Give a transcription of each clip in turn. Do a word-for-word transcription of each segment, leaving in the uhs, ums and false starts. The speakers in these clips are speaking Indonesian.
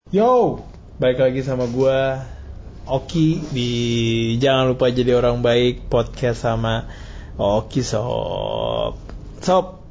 Yo, balik lagi sama gue Oki di Jangan Lupa Jadi Orang Baik podcast sama Oki Sob. Sob,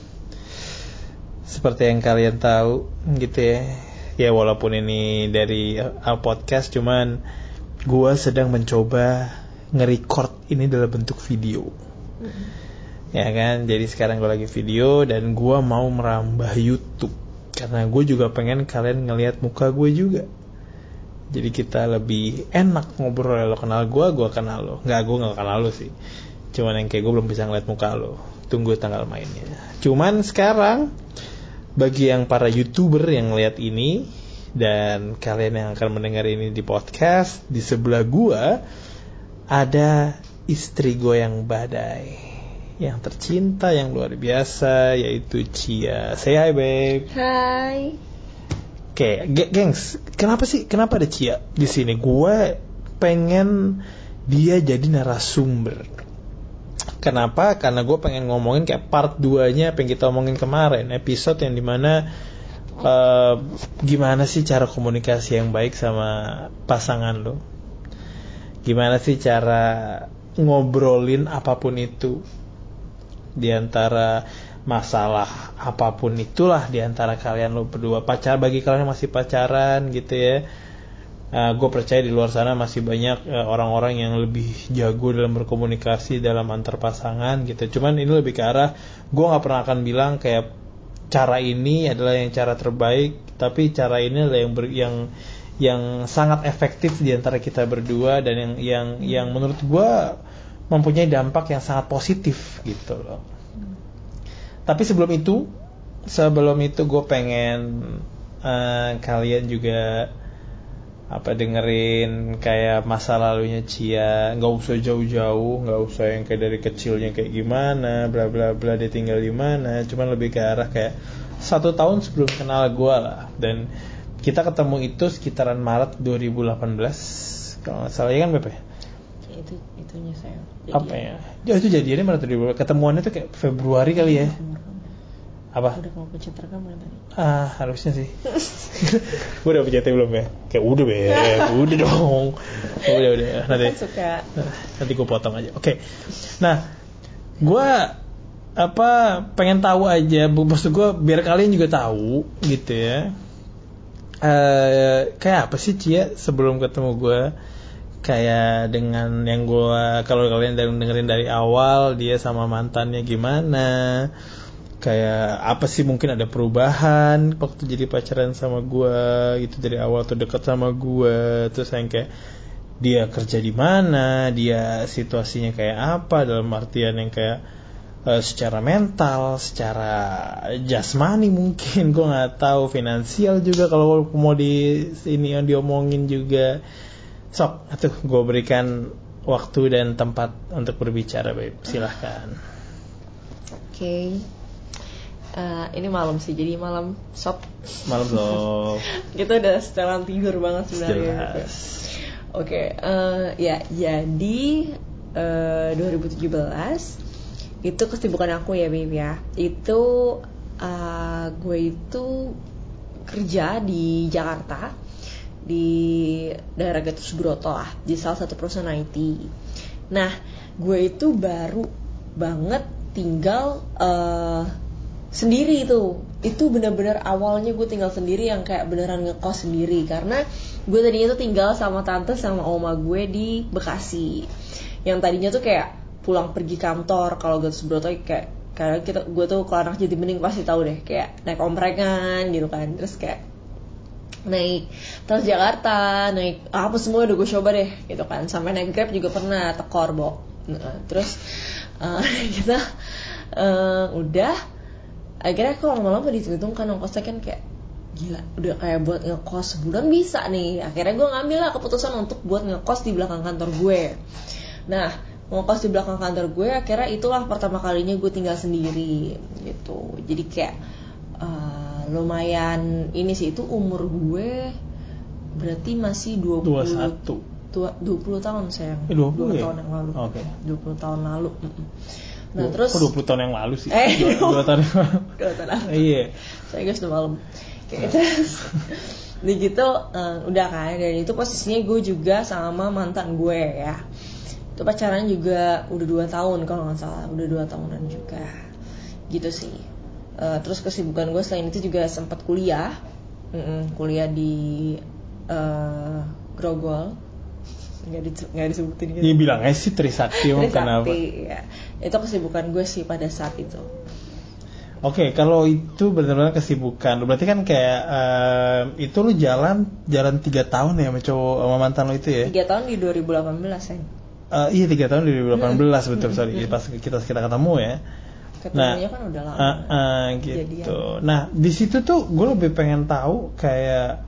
seperti yang kalian tahu gitu ya. Ya walaupun ini dari uh, podcast, cuman gue sedang mencoba nge-record ini dalam bentuk video. Mm-hmm. Ya kan, jadi sekarang gue lagi video dan gue mau merambah YouTube. Karena gue juga pengen kalian ngelihat muka gue juga. Jadi kita lebih enak ngobrol. Lo kenal gue, gue kenal lo. Nggak, gue nggak kenal lo sih. Cuman yang kayak gue belum bisa ngeliat muka lo. Tunggu tanggal mainnya. Cuman sekarang bagi yang para YouTuber yang ngeliat ini dan kalian yang akan mendengar ini di podcast, di sebelah gue ada istri gue yang badai, yang tercinta, yang luar biasa, yaitu Cia. Say hi, babe. Hai. Oke, okay, gengs, kenapa sih, kenapa ada Cia di sini? Gue pengen dia jadi narasumber. Kenapa? Karena gue pengen ngomongin kayak part dua-nya apa yang kita omongin kemarin, episode yang dimana uh, gimana sih cara komunikasi yang baik sama pasangan lo? Gimana sih cara ngobrolin apapun itu? Di antara masalah apapun itulah di antara kalian lo berdua, pacar, bagi kalian yang masih pacaran gitu ya, uh, gue percaya di luar sana masih banyak uh, orang-orang yang lebih jago dalam berkomunikasi dalam antar pasangan gitu. Cuman ini lebih ke arah, gue nggak pernah akan bilang kayak cara ini adalah yang cara terbaik, tapi cara ini adalah yang ber, yang yang sangat efektif di antara kita berdua dan yang yang yang menurut gue mempunyai dampak yang sangat positif gitu loh. Tapi sebelum itu, sebelum itu gue pengen uh, kalian juga apa dengerin kayak masa lalunya Cia. Nggak usah jauh-jauh, nggak usah yang kayak dari kecilnya kayak gimana, bla bla bla dia tinggal di mana. Cuman lebih ke arah kayak satu tahun sebelum kenal gue lah. Dan kita ketemu itu sekitaran Maret dua ribu delapan belas kalau nggak salah, ya kan Beb? Itu itunya saya. Apa ya? Ya itu jadiannya Maret dua ribu delapan belas. Ketemuannya tuh kayak Februari kali ya. Apa? Udah mau pencet rekam belum tadi? Ah, harusnya sih. Udah pencetnya belum ya? Kayak udah Beb, udah dong. Udah udah. Nanti kan suka. Nanti gue potong aja. Oke. Okay. Nah, gue apa pengen tahu aja, maksud gue biar kalian juga tahu gitu ya. Uh, kayak apa sih Cia sebelum ketemu gue? Kayak dengan yang gue, kalau kalian dengerin dari awal dia sama mantannya gimana, kayak apa sih mungkin ada perubahan waktu jadi pacaran sama gue gitu dari awal tuh dekat sama gue, terus yang kayak dia kerja di mana, dia situasinya kayak apa dalam artian yang kayak uh, secara mental, secara jasmani mungkin gue nggak tahu, finansial juga kalau mau di ini yang diomongin juga. Sok, atuh gue berikan waktu dan tempat untuk berbicara, Babe. Silahkan. Oke. Okay. Uh, ini malam sih, jadi malam sob. Malam sob. Kita udah setelan tidur banget sebenarnya. Oke. Okay. Uh, ya, jadi uh, dua ribu tujuh belas itu kesibukan aku ya, Babe ya. Itu uh, gue itu kerja di Jakarta, di daerah Gatot Subroto lah, di salah satu perusahaan I T. Nah, gue itu baru banget tinggal uh, sendiri itu. Itu benar-benar awalnya gue tinggal sendiri yang kayak beneran ngekos sendiri, karena gue tadinya tuh tinggal sama tante sama oma gue di Bekasi. Yang tadinya tuh kayak pulang pergi kantor, kalau Gatot Subroto kayak karena kita gue tuh kalau anak Jatibening pasti tahu deh, kayak naik omprekan gitu kan, terus kayak naik Transjakarta, naik apa semua udah gue coba deh gitu kan, sampai naik Grab juga pernah, tekor Bo. Nah, terus uh, kita uh, udah akhirnya kalau lama-lama dihitung kan ongkosnya kan kayak gila, udah kayak buat ngekos sebulan bisa nih. Akhirnya gue ngambil lah keputusan untuk buat ngekos di belakang kantor gue. Nah, ngekos di belakang kantor gue akhirnya itulah pertama kalinya gue tinggal sendiri gitu. Jadi kayak uh, lumayan ini sih, itu umur gue berarti masih dua puluh dua puluh satu dua puluh tahun sayang. Eh, dua puluh, dua puluh ya? tahun yang lalu. Oke. Okay. dua puluh tahun lalu. Nah, dua, terus oh, dua puluh tahun yang lalu sih. Eh, dua tahun. dua tahun lalu. Iya. Saya guys udah malam. Kayak terus Udah gitu uh, udah kan, dan itu posisinya gue juga sama mantan gue ya. Itu pacaran juga udah dua tahun kalau nggak salah, udah dua tahunan juga gitu sih. Uh, terus kesibukan gue selain itu juga sempat kuliah, Mm-mm, kuliah di uh, Grogol, nggak di, nggak disebutin gitu. Iya bilangnya sih Trisakti, Trisakti kenapa? Ya. Itu kesibukan gue sih pada saat itu. Oke, okay, kalau itu benar-benar kesibukan, berarti kan kayak uh, itu lu jalan jalan tiga tahun ya sama cowok sama mantan lu itu ya? Tiga tahun di dua ribu delapan belas ya. Uh, iya tiga tahun di dua ribu delapan belas hmm. betul sorry hmm. pas kita kita ketemu ya. Ketemunya nah, kan udah lama. Uh, uh, gitu. Jadian. Nah di situ tuh gue lebih pengen tahu kayak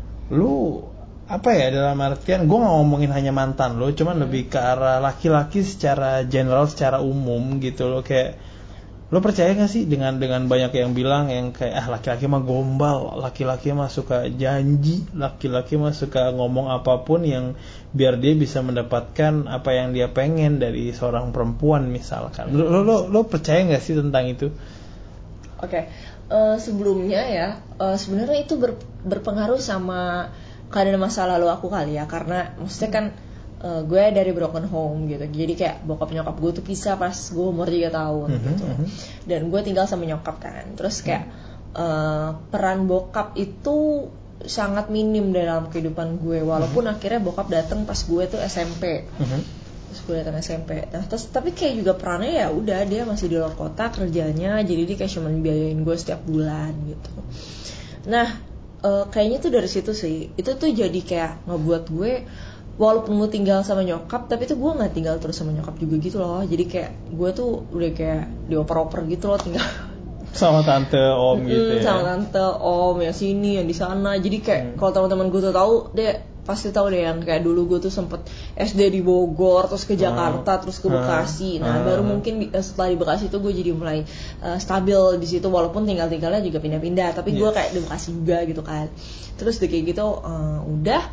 lu apa ya, dalam artian gue nggak ngomongin hanya mantan lo, cuman hmm. lebih ke arah laki-laki secara general, secara umum gitu lo. Kayak lo percaya gak sih dengan dengan banyak yang bilang yang kayak ah laki-laki mah gombal, laki-laki mah suka janji, laki-laki mah suka ngomong apapun yang biar dia bisa mendapatkan apa yang dia pengen dari seorang perempuan misalkan. Lo lo lo percaya gak sih tentang itu? Oke, okay. uh, sebelumnya ya uh, sebenarnya itu ber, berpengaruh sama keadaan masa lalu aku kali ya, karena maksudnya kan uh, gue dari broken home gitu, jadi kayak bokap nyokap gue tuh pisah pas gue umur tiga tahun mm-hmm, gitu, mm-hmm. dan gue tinggal sama nyokap kan, terus kayak uh, peran bokap itu sangat minim dalam kehidupan gue, walaupun mm-hmm. akhirnya bokap datang pas gue tuh S M P, mm-hmm. terus gue datang S M P, nah terus tapi kayak juga perannya ya udah dia masih di luar kota kerjanya, jadi dia kayak cuma biayain gue setiap bulan gitu. Nah Uh, kayaknya tuh dari situ sih, itu tuh jadi kayak ngebuat gue walaupun gue tinggal sama nyokap, tapi tuh gue nggak tinggal terus sama nyokap juga gitu loh. Jadi kayak gue tuh udah kayak dioper-oper gitu loh, tinggal sama tante om gitu ya. Sama tante om yang sini yang di sana. Jadi kayak hmm. kalau teman-teman gue tuh tahu deh, pasti tahu deh yang kayak dulu gue tuh sempet S D di Bogor, terus ke Jakarta, hmm. terus ke Bekasi. Nah hmm. baru mungkin di, setelah di Bekasi tuh gue jadi mulai uh, stabil di situ, walaupun tinggal-tinggalnya juga pindah-pindah. Tapi yes. gue kayak di Bekasi juga gitu kan. Terus deh kayak gitu uh, udah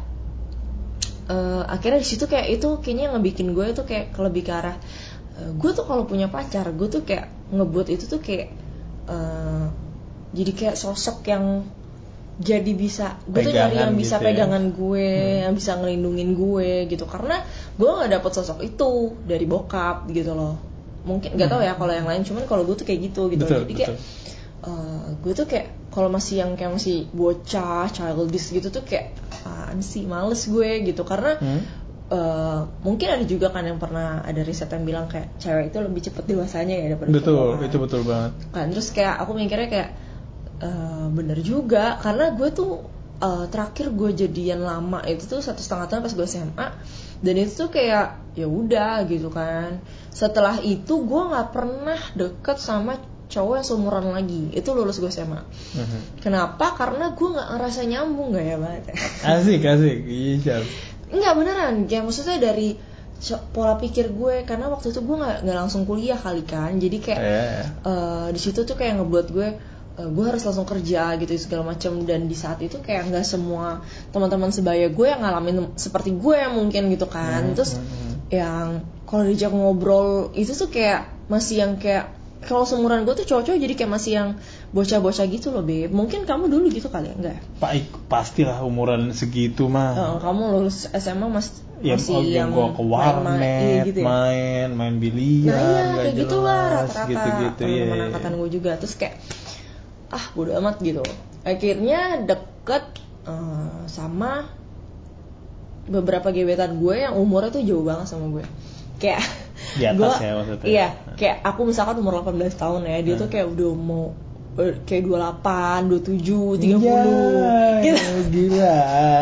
uh, akhirnya di situ kayak itu kayaknya ngebikin gue tuh kayak lebih ke arah uh, gue tuh kalau punya pacar gue tuh kayak ngebuat itu tuh kayak uh, jadi kayak sosok yang jadi bisa, gue tuh nyari yang bisa gitu pegangan ya? gue, hmm. yang bisa ngelindungin gue gitu, karena gue nggak dapet sosok itu dari bokap gitu loh. Mungkin nggak hmm. tahu ya kalau yang lain, cuman kalau gue tuh kayak gitu gitu. Betul, jadi betul. kayak uh, gue tuh kayak kalau masih yang kayak masih bocah, childish gitu tuh kayak apaan sih, males gue gitu, karena hmm. uh, mungkin ada juga kan yang pernah ada riset yang bilang kayak cewek itu lebih cepet dewasanya ya daripada betul, cowok. Betul, itu betul banget. Kan terus kayak aku mikirnya kayak Uh, bener juga, karena gue tuh uh, terakhir gue jadian lama itu tuh satu setengah tahun pas gue S M A, dan itu tuh kayak ya udah gitu kan. Setelah itu gue nggak pernah deket sama cowok yang seumuran lagi, itu lulus gue S M A. Uh-huh. Kenapa? Karena gue nggak ngerasa nyambung, gak ya banget. Asik asik, iya. Enggak beneran, kayak maksudnya dari pola pikir gue, karena waktu itu gue nggak nggak langsung kuliah kali kan, jadi kayak yeah. uh, di situ tuh kayak ngebuat gue gue harus langsung kerja gitu segala macam, dan di saat itu kayak nggak semua teman-teman sebaya gue yang ngalamin seperti gue yang mungkin gitu kan. hmm, terus hmm. yang kalau diajak ngobrol itu tuh kayak masih yang kayak kalau seumuran gue tuh cowok-cowok jadi kayak masih yang bocah-bocah gitu loh, Beb. Mungkin kamu dulu gitu kali ya, enggak? Pak, pastilah umuran segitu mah. Uh, kamu lulus S M A mas, ya, masih oh, yang gue ke warnet, main, gitu ya? main, main biliar, nah iya kayak jelas, gitulah rata-rata gitu-gitu, teman-teman ya, angkatan gue juga. Terus kayak ah bodo amat gitu. Akhirnya deket uh, sama beberapa gebetan gue yang umurnya tuh jauh banget sama gue. Kayak di atas gue, ya maksudnya. Iya, kayak aku misalkan umur delapan belas tahun ya, dia hmm. tuh kayak udah mau kayak dua puluh delapan, dua puluh tujuh, tiga puluh ya, gitu. Gila.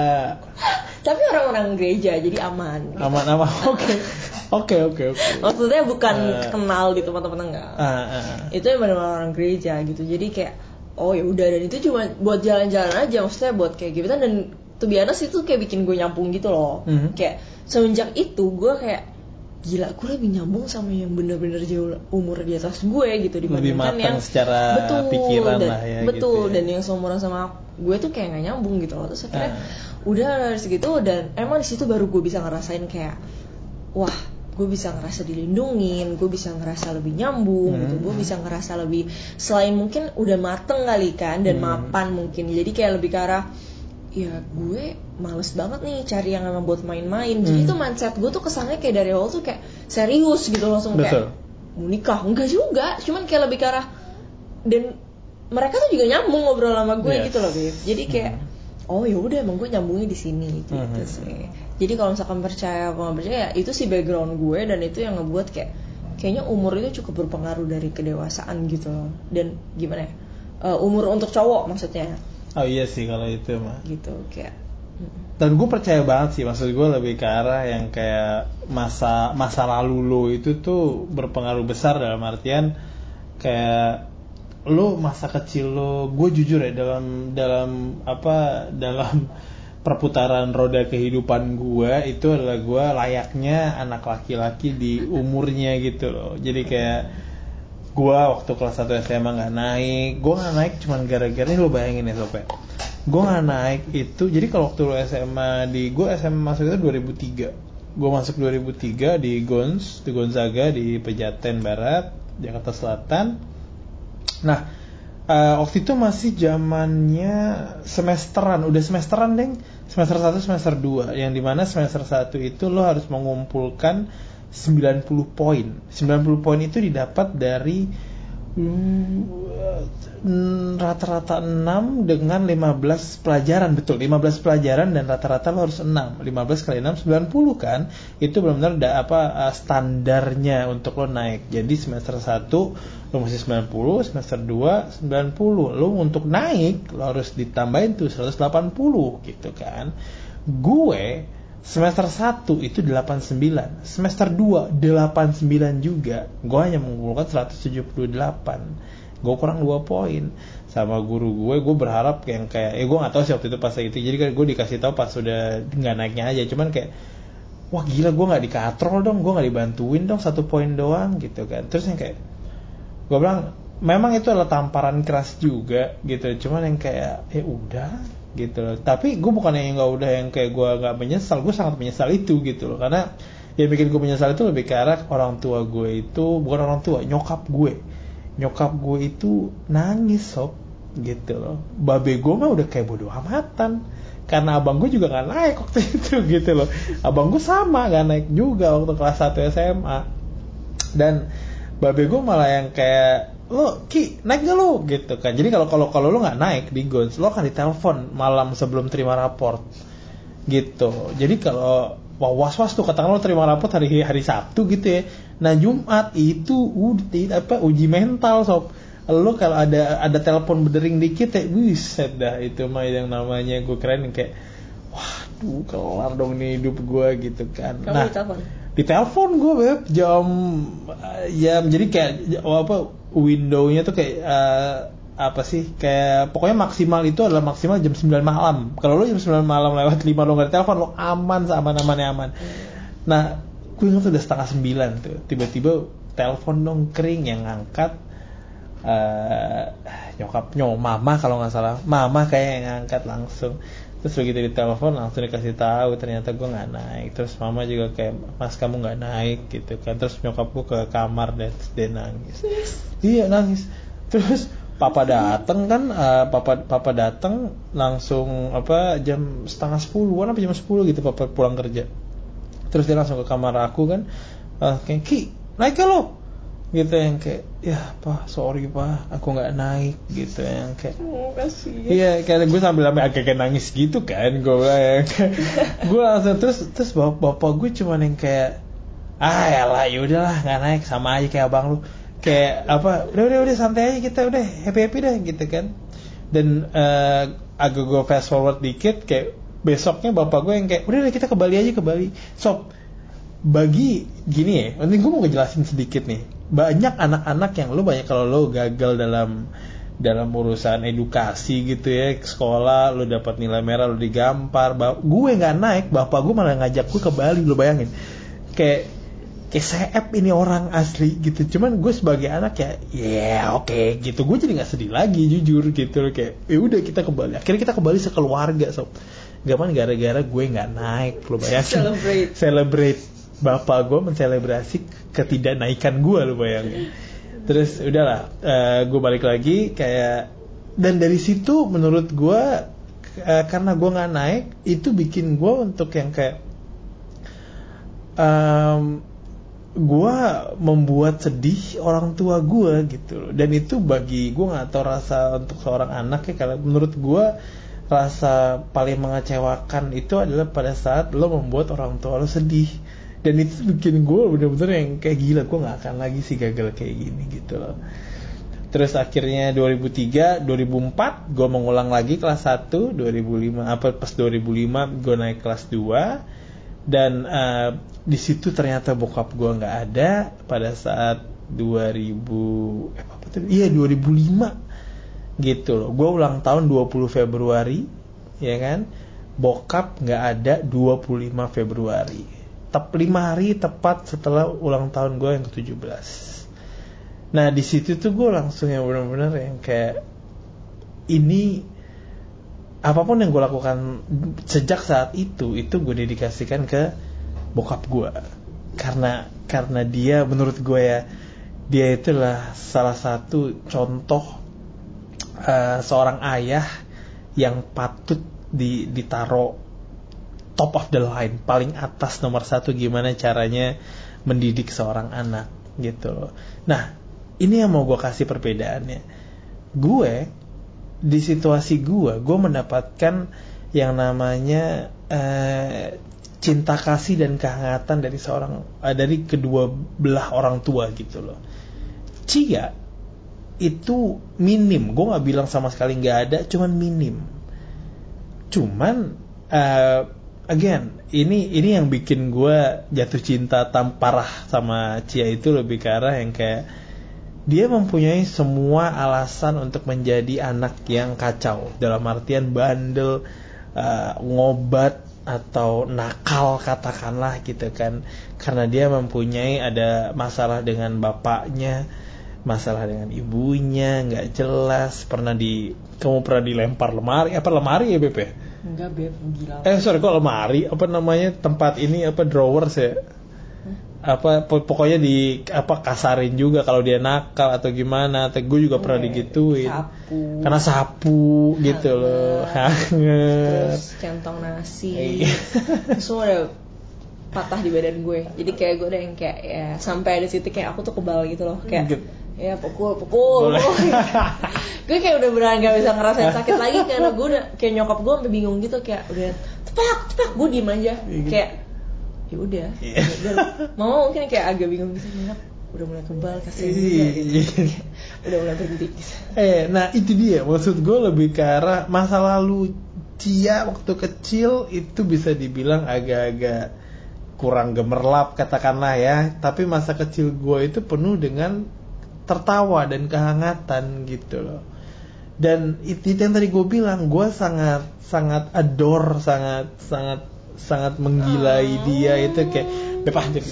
Tapi orang-orang gereja jadi aman. Gitu. Aman-aman. Oke. Oke, oke, oke. Maksudnya bukan uh, kenal gitu teman-teman enggak. Uh, uh. Itu yang benar-benar orang gereja gitu. Jadi kayak oh ya udah, dan itu cuma buat jalan-jalan aja, maksudnya buat kayak gitu. Dan to be honest itu kayak bikin gue nyampung gitu loh. Mm-hmm. Kayak semenjak itu gue kayak gila, gue lebih nyambung sama yang bener-bener jauh umur di atas gue gitu dibandingkan yang secara betul, pikiran dan, lah ya betul gitu ya. Dan yang seumuran sama gue tuh kayak nggak nyambung gitu loh. Terus akhirnya uh. udah dari segitu, dan emang di situ baru gue bisa ngerasain kayak wah, gue bisa ngerasa dilindungin, gue bisa ngerasa lebih nyambung hmm. gitu, gue bisa ngerasa lebih, selain mungkin udah mateng kali kan dan hmm. mapan mungkin, jadi kayak lebih ke arah ya gue males banget nih cari yang emang buat main-main. Jadi Hmm. tuh mindset gue tuh kesannya kayak dari awal tuh kayak serius gitu, langsung Betul. kayak mau nikah. Enggak juga, cuman kayak lebih ke arah, dan mereka tuh juga nyambung ngobrol sama gue Yes. gitu loh, Beb. Jadi kayak oh ya udah, emang gue nyambungnya di sini gitu Mhm. sih. Jadi kalau misalkan percaya apa nggak percaya, ya itu sih background gue, dan itu yang ngebuat kayak kayaknya umur itu cukup berpengaruh dari kedewasaan gitu loh. Dan gimana ya, uh, umur untuk cowok maksudnya Oh iya sih kalau itu mah. gitu kayak. Dan gue percaya banget sih, maksud gue lebih ke arah yang kayak masa masa lalu lo itu tuh berpengaruh besar, dalam artian kayak lo masa kecil lo, gue jujur ya, dalam dalam apa dalam perputaran roda kehidupan gue itu adalah gue layaknya anak laki-laki di umurnya gitu loh. Jadi kayak gue waktu kelas satu S M A nggak naik, gue nggak naik cuman gara-gara ini, lo bayangin ya Sob ya, gue nggak naik itu. Jadi kalau waktu lo S M A di, gue S M A masuk itu dua ribu tiga, gue masuk dua ribu tiga di Gons, di Gonzaga di Pejaten Barat, Jakarta Selatan. Nah, uh, waktu itu masih zamannya semesteran, udah semesteran deng, semester satu semester dua, yang dimana semester satu itu lo harus mengumpulkan sembilan puluh poin. sembilan puluh poin itu didapat dari hmm, rata-rata enam dengan lima belas pelajaran. Betul, lima belas pelajaran dan rata-rata lo harus enam. lima belas kali enam sembilan puluh kan. Itu benar-benar ada apa uh, standarnya untuk lo naik. Jadi semester satu lo masih sembilan puluh, semester dua sembilan puluh. Lo untuk naik lo harus ditambahin tuh seratus delapan puluh gitu kan. Gue semester satu itu delapan puluh sembilan, semester dua delapan puluh sembilan juga. Gue hanya mengumpulkan seratus tujuh puluh delapan. Gue kurang dua poin. Sama guru gue, gue berharap yang kayak, eh gue gak tahu sih waktu itu pas itu. Jadi kan gue dikasih tahu pas sudah gak naiknya aja. Cuman kayak, wah gila, gue gak dikatrol dong, gue gak dibantuin dong satu poin doang gitu kan. Terus yang kayak, gue bilang, memang itu adalah tamparan keras juga gitu. Cuman yang kayak, ya udah gitu loh. Tapi gue bukan yang nggak udah yang kayak gue nggak menyesal, gue sangat menyesal itu gitu loh. Karena yang bikin gue menyesal itu lebih ke arah orang tua gue itu, bukan orang tua, nyokap gue nyokap gue itu nangis Sob gitu loh. Babe gue mah udah kayak bodo amatan karena abang gue juga nggak naik waktu itu gitu loh. Abang gue sama nggak naik juga waktu kelas satu S M A. Dan babe gue malah yang kayak, lo Ki naik gak lo gitu kan. Jadi kalau kalau kalau lo nggak naik di Gons, lo akan ditelepon malam sebelum terima raport gitu. Jadi kalau wah was-was tuh, katakan lo terima raport hari hari Sabtu gitu ya. Nah Jumat itu udah apa uji mental Sob. Lo kalau ada ada telepon berdering dikit ya, buset dah itu mah yang namanya gue keren kayak, waduh kelar dong nih hidup gue gitu kan. Kamu nah ditelepon? Ditelepon gue Beb jam ya, jadi kayak apa windownya tuh kayak uh, apa sih, kayak pokoknya maksimal itu adalah maksimal jam sembilan malam. Kalau lo jam sembilan malam lewat lima lo nggak ditelepon, lo aman, aman-amannya aman. Nah gue ingat udah setengah sembilan tuh, tiba-tiba telepon dong kering, yang ngangkat uh, nyokap nyok mama kalau nggak salah, mama kayak yang ngangkat langsung. Terus begitu ditelepon langsung dikasih tahu ternyata gue nggak naik. Terus mama juga kayak, mas kamu nggak naik gitu kan. Terus nyokap gue ke kamar dan dia nangis. Iya nangis. Terus papa dateng kan, uh, papa papa dateng langsung apa jam setengah sepuluhan apa jam sepuluh gitu papa pulang kerja. Terus dia langsung ke kamar aku kan, uh, kayak Ki naik ke lo gitu, yang kayak ya pak sorry pak aku nggak naik gitu, yang kayak Oh kasih. iya kayak gue sambil agak kayak nangis gitu kan gue yang gue langsung terus terus bapak bapak gue cuman yang kayak ah ya lah yaudahlah nggak naik sama aja kayak abang lu, kayak apa udah udah udah santai aja kita, udah happy happy dah gitu kan. Dan uh, agak gue fast forward dikit, kayak besoknya bapak gue yang kayak udah udah kita ke Bali aja, ke Bali sob. Bagi gini ya, nanti gue mau ngejelasin sedikit nih. Banyak anak-anak yang lo banyak kalau lo gagal dalam dalam urusan edukasi gitu ya, sekolah lo dapat nilai merah lo digampar. Ba- gue nggak naik, bapak gue malah ngajak gue ke Bali, lo bayangin. Kayak kayak seep ini orang asli gitu. Cuman gue sebagai anak ya, ya yeah, oke okay, gitu. Gue jadi nggak sedih lagi jujur gitu. Kayak ya udah kita ke Bali. Akhirnya kita ke Bali sekeluarga sob. Gampang gara-gara gue nggak naik, lo bayangin. Celebrate. Celebrate. Bapak gue menselebrasi ketidaknaikan gue, lo bayangin. Terus udahlah, uh, gue balik lagi kayak, dan dari situ menurut gue uh, karena gue nggak naik, itu bikin gue untuk yang kayak um, gue membuat sedih orang tua gue gitu. Dan itu bagi gue nggak tahu rasa untuk seorang anak ya, karena menurut gue rasa paling mengecewakan itu adalah pada saat lo membuat orang tua lo sedih. Dan itu bikin gue bener-bener yang kayak gila, gue gak akan lagi sih gagal kayak gini gitu loh. Terus akhirnya dua ribu tiga, dua ribu empat gue mengulang lagi kelas satu, dua ribu lima apa pas dua ribu lima gue naik kelas dua. Dan uh, di situ ternyata bokap gue nggak ada pada saat dua ribu eh apa tuh? Iya dua ribu lima gitu loh. Gue ulang tahun dua puluh Februari, ya kan? Bokap nggak ada dua puluh lima Februari. Tep lima hari tepat setelah ulang tahun gue yang ke tujuh belas. Nah di situ tuh gue langsung yang benar-benar yang kayak ini, apapun yang gue lakukan sejak saat itu itu gue dedikasikan ke bokap gue, karena karena dia menurut gue ya, dia itulah salah satu contoh Uh, seorang ayah yang patut di, ditaruh top of the line, paling atas nomor satu gimana caranya mendidik seorang anak gitu loh. Nah ini yang mau gue kasih perbedaannya. Gue di situasi gue, gue mendapatkan yang namanya uh, cinta kasih dan kehangatan dari seorang uh, dari kedua belah orang tua gitu loh. Cia itu minim, gue nggak bilang sama sekali nggak ada, cuman minim. Cuman uh, again ini ini yang bikin gue jatuh cinta tam parah sama Cia itu lebih ke arah yang kayak dia mempunyai semua alasan untuk menjadi anak yang kacau, dalam artian bandel, uh, ngobat atau nakal katakanlah gitu kan, karena dia mempunyai ada masalah dengan bapaknya, masalah dengan ibunya, nggak jelas, pernah di kamu pernah dilempar lemari apa lemari ya Beb ya? Enggak Beb, gila. Eh sorry kok lemari, apa namanya tempat ini apa drawers ya? Hmm? Apa pokoknya di apa kasarin juga kalau dia nakal atau gimana. Atau gue juga pernah digituin. Sapu. Karena sapu gitu hangat. Loh, hangat. Terus centong nasi. Semua udah patah di badan gue. Jadi kayak gue udah yang kayak ya sampai ada titik kayak aku tuh kebal gitu loh, kayak gitu. Ya pukul pukul, pukul. Gue kayak udah beneran gak bisa ngerasain sakit lagi, karena gue udah kayak nyokap gue sampai bingung gitu, kayak udah tepak tepak, gue diem aja kayak ya udah. Mama mungkin kayak agak bingung gitu, enak udah mulai kebal kasihan juga gitu. Udah mulai berhenti gitu. Eh nah itu dia maksud gue, lebih ke arah masa lalu Cia waktu kecil itu bisa dibilang agak-agak kurang gemerlap katakanlah ya, tapi masa kecil gue itu penuh dengan tertawa dan kehangatan gitu loh. Dan itu yang tadi gue bilang, gue sangat sangat adore, sangat sangat sangat menggilai oh. dia itu kayak bebas jadi.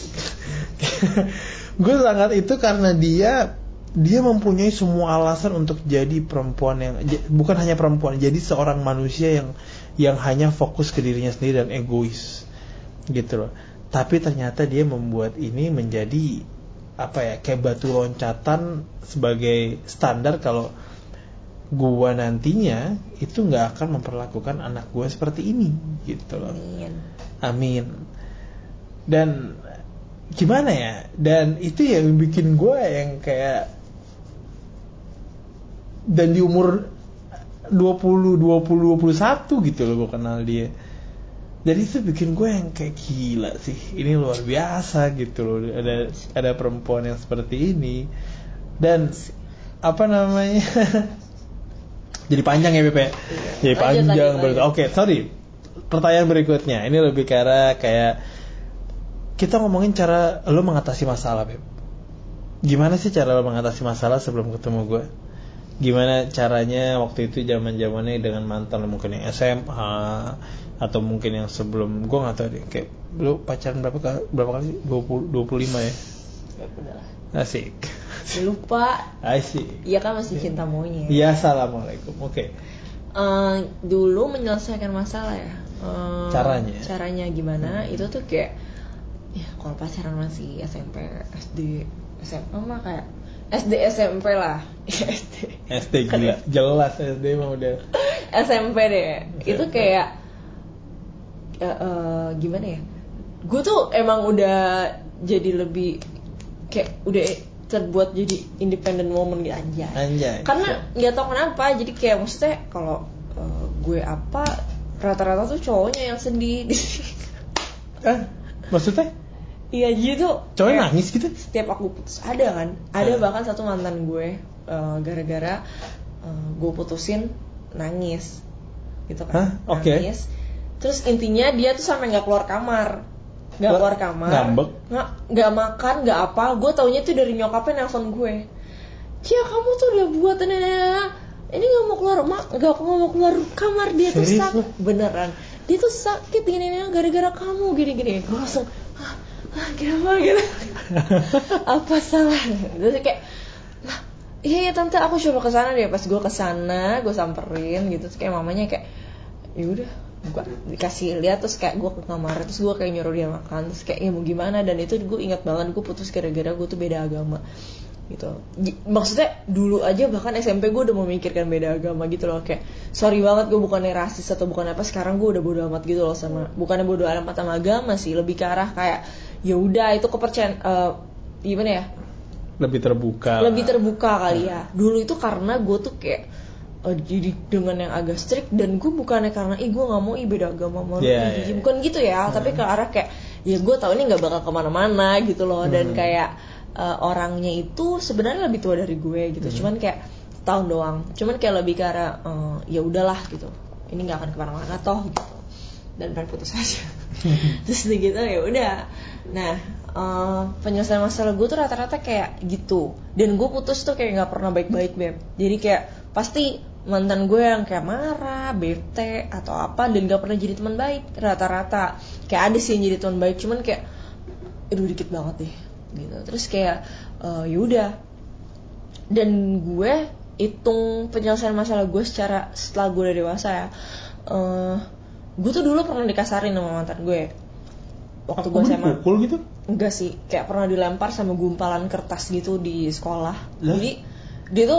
Gue sangat itu karena dia dia mempunyai semua alasan untuk jadi perempuan yang bukan hanya perempuan, jadi seorang manusia yang yang hanya fokus ke dirinya sendiri dan egois gitu loh. Tapi ternyata dia membuat ini menjadi apa ya, kayak batu loncatan sebagai standar kalau gua nantinya itu nggak akan memperlakukan anak gua seperti ini gitu loh. Amin. Amin. Dan gimana ya? Dan itu yang bikin gua yang kayak, dan di umur dua puluh, dua puluh, dua puluh satu gitu loh gua kenal dia. Jadi itu bikin gue yang kayak gila sih, ini luar biasa gitu loh, ada ada perempuan yang seperti ini. Dan apa namanya jadi panjang ya Bebe, jadi panjang. Oke okay, sorry, pertanyaan berikutnya ini lebih ke arah kayak kita ngomongin cara lo mengatasi masalah Beb. Gimana sih cara lo mengatasi masalah sebelum ketemu gue? Gimana caranya waktu itu zaman zamannya dengan mantan lo, mungkin yang S M A atau mungkin yang sebelum, gue nggak tahu deh, kayak lu pacaran berapa kali berapa kali dua puluh, dua puluh lima ya? Ya benar. Asik. Lupa. Asik. Iya kan masih cinta monyet. Iya, assalamualaikum. Oke. Okay. Uh, dulu menyelesaikan masalah ya. Uh, caranya. Caranya gimana? Hmm. Itu tuh kayak ya kalau pacaran masih S M P, S D, S M A mah kayak S D S M P lah. S D S D gila, jelas S D mah udah. S M P deh. Itu kayak uh, uh, gimana ya? Gue tuh emang udah jadi lebih kayak udah terbuat jadi independent woman gitu anjay. Anjay. Karena nggak tahu kenapa, jadi kayak maksudnya kalau uh, gue apa rata-rata tuh cowoknya yang sedih. Ah, maksudnya? Iya gitu. Cowoknya nangis gitu? Setiap aku putus ada kan, ada Hmm. bahkan satu mantan gue uh, gara-gara uh, gue putusin nangis, gitu kan? Hah? Oke. Nangis. Terus intinya dia tuh sampai nggak keluar kamar, nggak Nggak- keluar kamar, ngambek? nggak nggak makan, nggak apa. Gue taunya tuh dari nyokapnya nelfon gue. Cia kamu tuh udah buat ini, ini nggak mau keluar, mak nggak mau keluar kamar, dia tuh Serius sakit lu? beneran. Dia tuh sakit gini gini gara-gara kamu gini-gini. Gue langsung ah, ah kenapa gitu. Apa salah? Terus kayak nah, iya ya tante aku coba kesana deh. Pas gue kesana gue samperin gitu, terus kayak mamanya kayak ya udah gue dikasih lihat, terus kayak gue ke kamar, terus gue kayak nyuruh dia makan, terus kayak ya mau gimana. Dan itu gue ingat banget gue putus gara-gara gue tuh beda agama gitu. J- maksudnya dulu aja bahkan S M P gue udah memikirkan beda agama gitu loh, kayak sorry banget gue bukannya rasis atau bukan apa, sekarang gue udah bodo amat gitu loh sama, bukannya bodo amat sama agama sih, lebih ke arah kayak ya udah itu kepercayaan uh, gimana ya, Lebih terbuka. lebih terbuka kali ya. Dulu itu karena gue tuh kayak uh, jadi dengan yang agak strict, dan gue bukannya karena ih gue nggak mau ih beda agama mau Yeah, ih, yeah. bukan gitu ya, tapi ke arah kayak ya gue tahu ini nggak bakal kemana-mana gitu loh. Dan Hmm. kayak uh, orangnya itu sebenarnya lebih tua dari gue gitu, Hmm. cuman kayak tahun doang, cuman kayak lebih ke arah uh, ya udahlah gitu, ini nggak akan kemana-mana toh gitu, dan pengen putus aja. Terus udah gitu ya udah. Nah uh, penyelesaian masalah gue tuh rata-rata kayak gitu, dan gue putus tuh kayak nggak pernah baik-baik beb. Jadi kayak pasti mantan gue yang kayak marah, bete atau apa, dan nggak pernah jadi teman baik rata-rata. Kayak ada sih yang jadi teman baik, cuman kayak aduh dikit banget deh gitu. Terus kayak uh, yaudah, dan gue hitung penyelesaian masalah gue secara setelah gue udah dewasa ya. Uh, gue tuh dulu pernah dikasarin sama mantan gue waktu gue S M A. Pukul gitu? Enggak sih, kayak pernah dilempar sama gumpalan kertas gitu di sekolah. Lah? Jadi dia tuh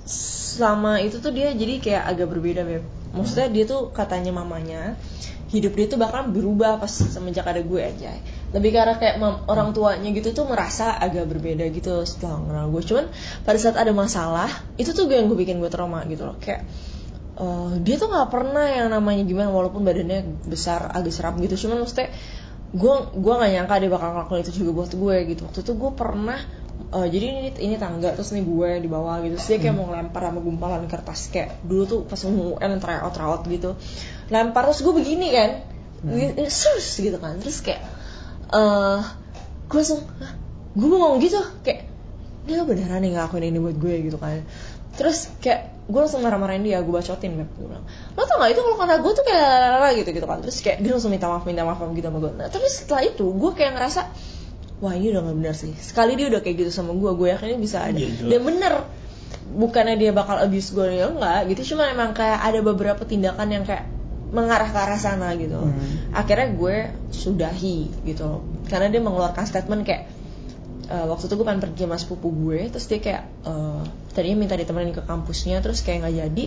sama itu tuh dia jadi kayak agak berbeda beb. Maksudnya dia tuh katanya mamanya hidup dia tuh bakal berubah pas semenjak ada gue aja. Lebih karena kayak mam, orang tuanya gitu tuh merasa agak berbeda gitu setelah kenal gue. Cuman pada saat ada masalah itu tuh yang gue bikin gue trauma gitu loh. Kayak uh, dia tuh nggak pernah yang namanya gimana, walaupun badannya besar agak serap gitu. Cuman maksudnya gue gue nggak nyangka dia bakal ngelakuin itu juga buat gue gitu. Waktu itu gue pernah uh, jadi ini ini tangga, terus nih gue di bawah gitu, terus dia kayak mau ngelempar sama gumpalan kertas, kayak dulu tuh pas U N tryout tryout gitu, lempar terus gue begini kan, hmm. sus gitu kan, terus kayak uh, gue langsung gue mau ngomong gitu kayak dia beneran nih ngelakuin ini buat gue gitu kan. Terus kayak gue langsung marah-marahin dia, gue bacotin, gue bilang lo tau gak itu kalau kata gue tuh kayak lalala gitu gitu kan. Terus kayak dia langsung minta maaf minta maaf gitu sama gue. Nah tapi setelah itu gue kayak ngerasa wah ini udah gak benar sih, sekali dia udah kayak gitu sama gue, gue yakin ini bisa ada. Yeah, dan bener, bukannya dia bakal abuse gue ya enggak gitu, cuma emang kayak ada beberapa tindakan yang kayak mengarah ke arah sana gitu. hmm. Akhirnya gue sudahi gitu karena dia mengeluarkan statement kayak Uh, waktu itu gue pengen pergi sama sepupu gue, terus dia kayak uh, tadinya minta ditemenin ke kampusnya, terus kayak nggak jadi.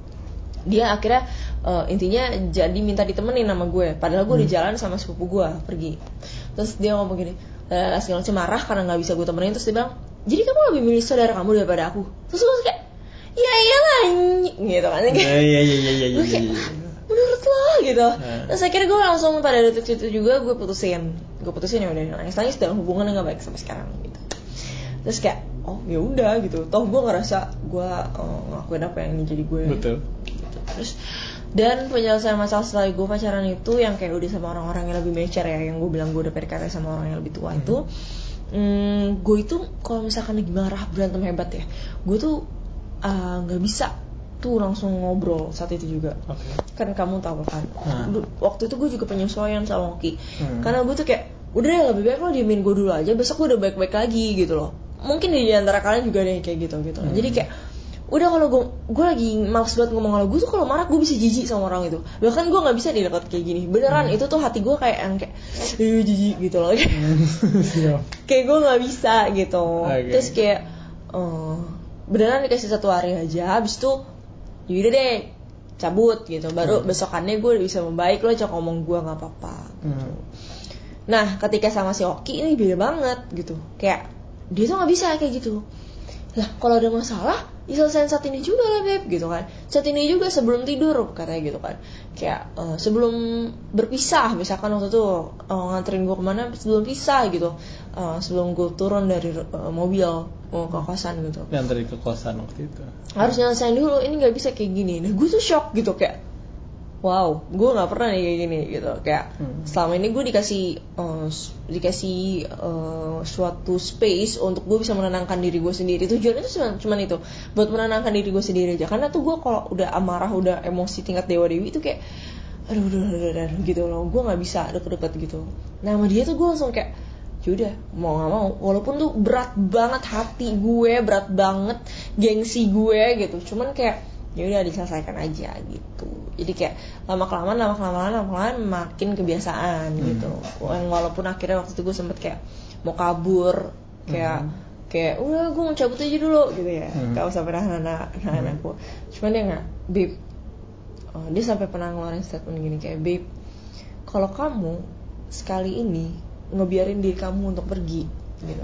Dia akhirnya uh, intinya jadi minta ditemenin sama gue, padahal gue hmm. di jalan sama sepupu gue pergi. Terus dia ngomong gini, uh, segala macam marah karena nggak bisa gue temenin. Terus dia bilang, jadi kamu lebih milih saudara kamu daripada aku? Terus gue kayak, ya iyalah gitu kan, kayak ya ya ya ya ya ya menurut lo gitu. Nah. Terus akhirnya gue langsung pada detik itu juga gue putusin, gue putusin ya udah nangis nangis dalam hubungan yang nggak baik sampai sekarang gitu. Terus kayak oh ya udah gitu, toh gue ngerasa gue uh, ngelakuin apa yang jadi gue. Betul. Gitu. Terus dan penyelesaian masalah setelah gue pacaran itu yang kayak udah sama orang-orang yang lebih mature ya, yang gue bilang gue udah P D K T sama orang yang lebih tua hmm. itu, hmm, gue itu kalau misalkan lagi marah berantem hebat ya, gue tuh nggak uh, bisa tuh langsung ngobrol saat itu juga. Okay. Kan kamu tahu kan. Nah. Waktu itu gue juga penyesuaian sama Oki. Hmm. Karena gue tuh kayak udah deh lebih baik lo diemin gue dulu aja, besok gue udah baik-baik lagi gitu loh. Mungkin di antara kalian juga ada yang kayak gitu gitu. Hmm. Jadi kayak udah kalau gue gue lagi malas banget ngomong sama gue tuh, kalau marah gue bisa jijik sama orang itu. Bahkan gue nggak bisa didekat kayak gini. Beneran hmm. itu tuh hati gue kayak yang kayak eh jijik gitu loh. Kayak gue nggak bisa gitu. Okay. Terus kayak uh, beneran dikasih satu hari aja, habis itu yaudah deh cabut gitu, baru hmm. besokannya gue udah bisa membaik, lo cok ngomong gue nggak apa-apa gitu. hmm. Nah ketika sama si Oki ini beda banget gitu, kayak dia tuh nggak bisa kayak gitu. Lah kalau ada masalah diselesain saat ini juga lah beb gitu kan, saat ini juga sebelum tidur katanya gitu kan, kayak uh, sebelum berpisah misalkan waktu itu uh, nganterin gue kemana sebelum pisah gitu, uh, sebelum gue turun dari uh, mobil mau ke kosan gitu, nganterin ke kosan waktu itu harus nyelesain dulu, ini nggak bisa kayak gini. Nah gue tuh shock gitu, kayak wow, gue nggak pernah nih kayak gini gitu, kayak hmm. selama ini gue dikasih uh, dikasih uh, suatu space untuk gue bisa menenangkan diri gue sendiri. Tujuannya itu cuma cuman itu, buat menenangkan diri gue sendiri aja. Karena tuh gue kalau udah amarah, udah emosi tingkat dewa dewi itu kayak aduh aduh aduh, aduh, aduh gitu loh, gue nggak bisa deket-deket gitu. Nah sama dia tuh gue langsung kayak yaudah mau nggak mau, walaupun tuh berat banget hati gue, berat banget gengsi gue gitu, cuman kayak ya udah diselesaikan aja gitu. Jadi kayak lama kelamaan lama kelamaan lama kelamaan makin kebiasaan hmm. gitu. Walaupun akhirnya waktu itu gue sempet kayak mau kabur, kayak hmm. kayak udah gue mau cabut aja dulu gitu ya, hmm. gak usah pernah anak anak aku. Cuman dia nggak, babe, oh, dia sampai pernah ngeluarin statement gini kayak, babe, kalau kamu sekali ini ngebiarin diri kamu untuk pergi gitu,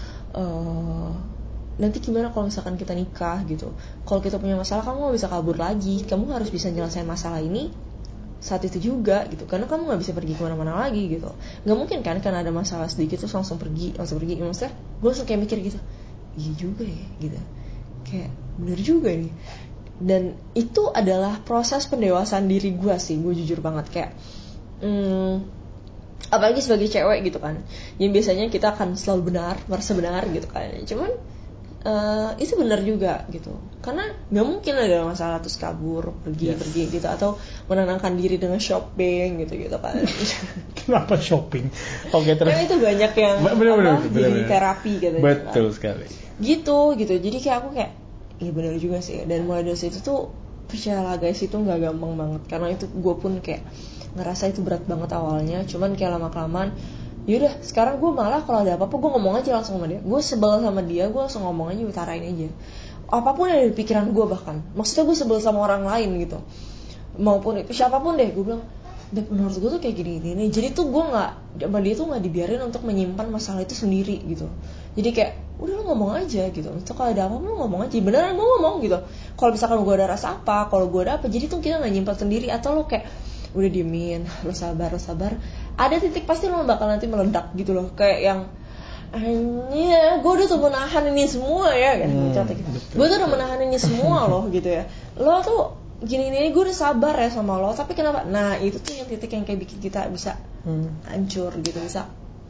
uh, nanti gimana kalau misalkan kita nikah gitu, kalau kita punya masalah kamu gak bisa kabur lagi, kamu harus bisa nyelesain masalah ini saat itu juga gitu, karena kamu gak bisa pergi kemana-mana lagi gitu. Gak mungkin kan karena ada masalah sedikit terus langsung pergi langsung pergi maksudnya gue langsung kayak mikir gitu, iya juga ya gitu, kayak bener juga nih. Dan itu adalah proses pendewasaan diri gue sih, gue jujur banget kayak hmm, apalagi sebagai cewek gitu kan, yang biasanya kita akan selalu benar, merasa benar gitu kan, cuman Uh, itu benar juga gitu, karena nggak mungkin ada masalah terus kabur pergi yes. pergi gitu, atau menenangkan diri dengan shopping gitu gitu kan. Kenapa shopping? Oke okay, terus. Kan itu banyak yang bener, bener, apa bener, jadi bener. terapi gitu. Betul kan. sekali. Gitu gitu, jadi kayak aku kayak, iya benar juga sih. Dan mulai dari situ tuh percayalah guys, itu nggak gampang banget, karena itu gue pun kayak ngerasa itu berat banget awalnya, cuman kayak lama kelamaan yaudah sekarang gue malah kalau ada apa-apa gue ngomong aja langsung sama dia. Gue sebel sama dia, gue langsung ngomong aja, utarain aja apapun yang ada di pikiran gue, bahkan maksudnya gue sebel sama orang lain gitu, maupun siapapun deh, gue bilang Beb, menurut gue tuh kayak gini gini. Jadi tuh gue nggak, sama dia tuh nggak dibiarin untuk menyimpan masalah itu sendiri gitu. Jadi kayak udah lo ngomong aja gitu, misalnya kalau ada apa lo ngomong aja, beneran gue ngomong gitu. Kalau misalkan gue ada rasa apa, kalau gue ada apa, jadi tuh kita nggak nyimpan sendiri, atau lo kayak udah diemin, lo sabar lo sabar, ada titik pasti lo bakal nanti meledak gitu loh, kayak yang hanya gue udah tuh menahan ini semua ya kan, hmm, gitu. Gue tuh udah menahan ini semua loh gitu ya, lo tuh gini gini, gue udah sabar ya sama lo, tapi kenapa? Nah itu tuh yang titik yang kayak bikin kita bisa hmm. hancur gitu, bisa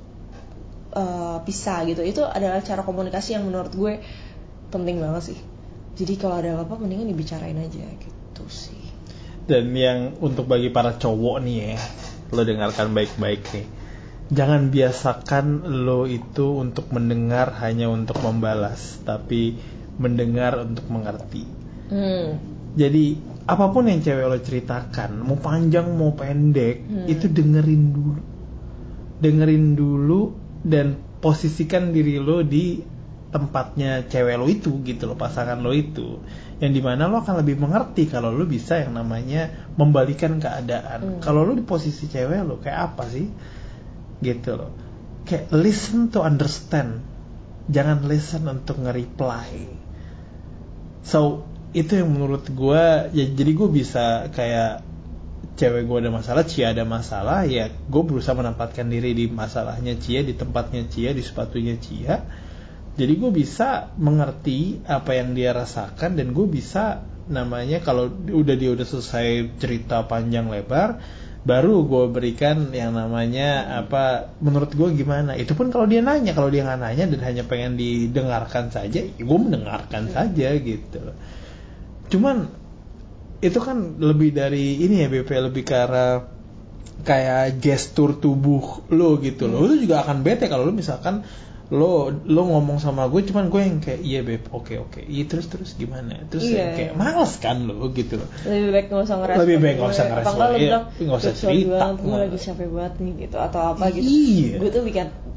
uh, pisah gitu. Itu adalah cara komunikasi yang menurut gue penting banget sih. Jadi kalau ada apa-apa mendingan dibicarain aja gitu sih. Dan yang untuk bagi para cowok nih ya, lo dengarkan baik-baik nih, jangan biasakan lo itu untuk mendengar hanya untuk membalas, tapi mendengar untuk mengerti. hmm. Jadi apapun yang cewek lo ceritakan, mau panjang mau pendek, hmm. itu dengerin dulu, dengerin dulu dan posisikan diri lo di tempatnya cewek lo itu gitu lo, pasangan lo itu, yang dimana lo akan lebih mengerti kalau lo bisa yang namanya membalikan keadaan. hmm. Kalau lo di posisi cewek lo kayak apa sih gitu lo, kayak listen to understand, jangan listen untuk nge-reply. So itu yang menurut gue ya, jadi gue bisa kayak cewek gue ada masalah, Cia ada masalah, ya gue berusaha menempatkan diri di masalahnya Cia, di tempatnya Cia, di sepatunya Cia. Jadi gue bisa mengerti apa yang dia rasakan, dan gue bisa namanya kalau udah dia udah selesai cerita panjang lebar, baru gue berikan yang namanya apa menurut gue gimana. Itu pun kalau dia nanya, kalau dia nggak nanya dan hanya pengen didengarkan saja, ya gue mendengarkan saja gitu. Cuman itu kan lebih dari ini ya B P, lebih ke arah kayak gestur tubuh lo gitu loh. Lo juga akan bete kalau lo misalkan lo lo ngomong sama gue cuman gue yang kayak iya beb oke oke iya terus terus gimana terus iya, yang kayak males kan lo gitu loh. Lebih baik nggak usah ngerespon, lebih baik nggak usah ngerespon, apa lo bilang nggak usah cerita gue lagi capek banget nih gitu atau apa gitu. Iya. Gue tuh bikin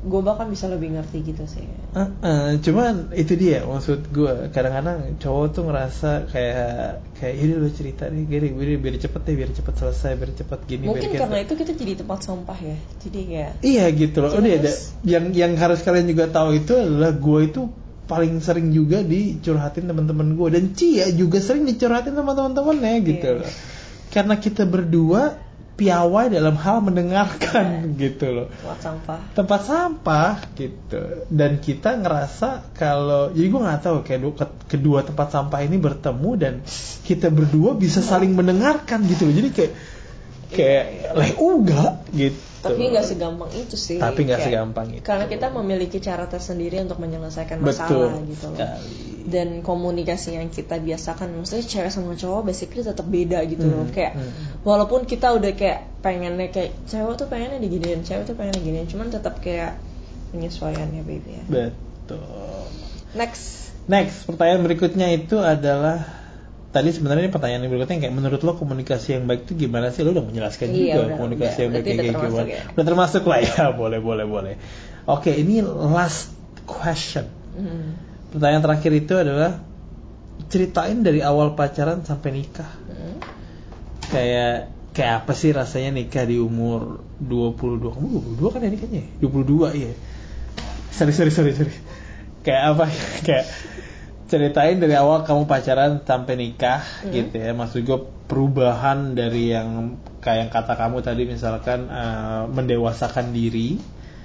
gue bahkan bisa lebih ngerti gitu sih. Uh, uh, cuman itu dia maksud gue, kadang-kadang cowok tuh ngerasa kayak kayak ini lo cerita nih gini, biar, biar cepet deh, biar cepet selesai, biar cepet gini. Mungkin biar karena itu kita jadi tempat sampah ya, jadi kayak iya gitu loh. Oh, dia ada yang yang harus kalian juga tahu itu adalah gue itu paling sering juga dicurhatin teman-teman gue, dan Cia juga sering dicurhatin sama teman-temannya gitu yeah. loh. Karena kita berdua piawai dalam hal mendengarkan yeah. gitu loh. Tempat sampah. Tempat sampah gitu. Dan kita ngerasa kalau, jadi gue nggak tahu kayak kedua tempat sampah ini bertemu dan kita berdua bisa saling mendengarkan gitu loh. Jadi kayak kayak leh uga gitu. Tapi nggak segampang itu sih. Tapi nggak kayak, segampang itu. Karena kita memiliki cara tersendiri untuk menyelesaikan masalah. Betul gitu loh. Sekali. Dan komunikasi yang kita biasakan, maksudnya cewek sama cowok basically tetap beda gitu hmm, loh. Kayak hmm. walaupun kita udah kayak pengennya kayak cewek tuh pengennya diginiin, cewek tuh pengennya diginiin, cuman tetap kayak penyesuaian ya baby ya. Betul. Next. Next, pertanyaan berikutnya itu adalah, tadi sebenarnya pertanyaan yang berikutnya kayak menurut lo komunikasi yang baik itu gimana sih? Lo udah menjelaskan iya, juga udah, komunikasi udah, yang baik kayak gimana. ya. Udah termasuk lah ya, boleh boleh boleh. Oke, ini last question. Mm. Pertanyaan terakhir itu adalah ceritain dari awal pacaran sampai nikah. Mm. Kayak kayak apa sih rasanya nikah di umur dua puluh dua? Kamu dua puluh dua kan ya nikahnya? dua puluh dua iya. Sorry sorry sorry sorry. Kayak apa? Kayak ceritain dari awal kamu pacaran sampai nikah hmm. gitu ya. Maksud gue perubahan dari yang kayak yang kata kamu tadi misalkan uh, mendewasakan diri,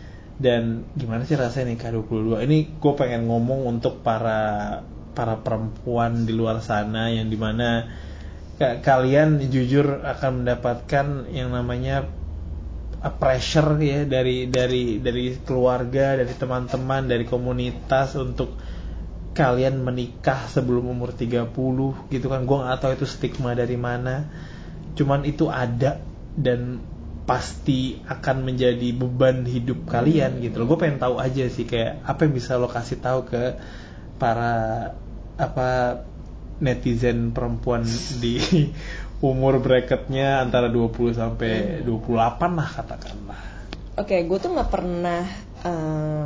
dan gimana sih rasanya nikah dua puluh dua. Ini gue pengen ngomong untuk para para perempuan di luar sana yang dimana k- kalian jujur akan mendapatkan yang namanya pressure ya dari dari dari keluarga, dari teman-teman, dari komunitas untuk kalian menikah sebelum umur tiga puluh gitu kan. Gue gak tahu itu stigma dari mana, cuman itu ada dan pasti akan menjadi beban hidup kalian gitu loh. Gue pengen tahu aja sih kayak apa yang bisa lo kasih tahu ke para apa netizen perempuan di umur bracketnya antara dua puluh sampai dua puluh delapan lah katakanlah. Oke, okay, gue tuh nggak pernah uh...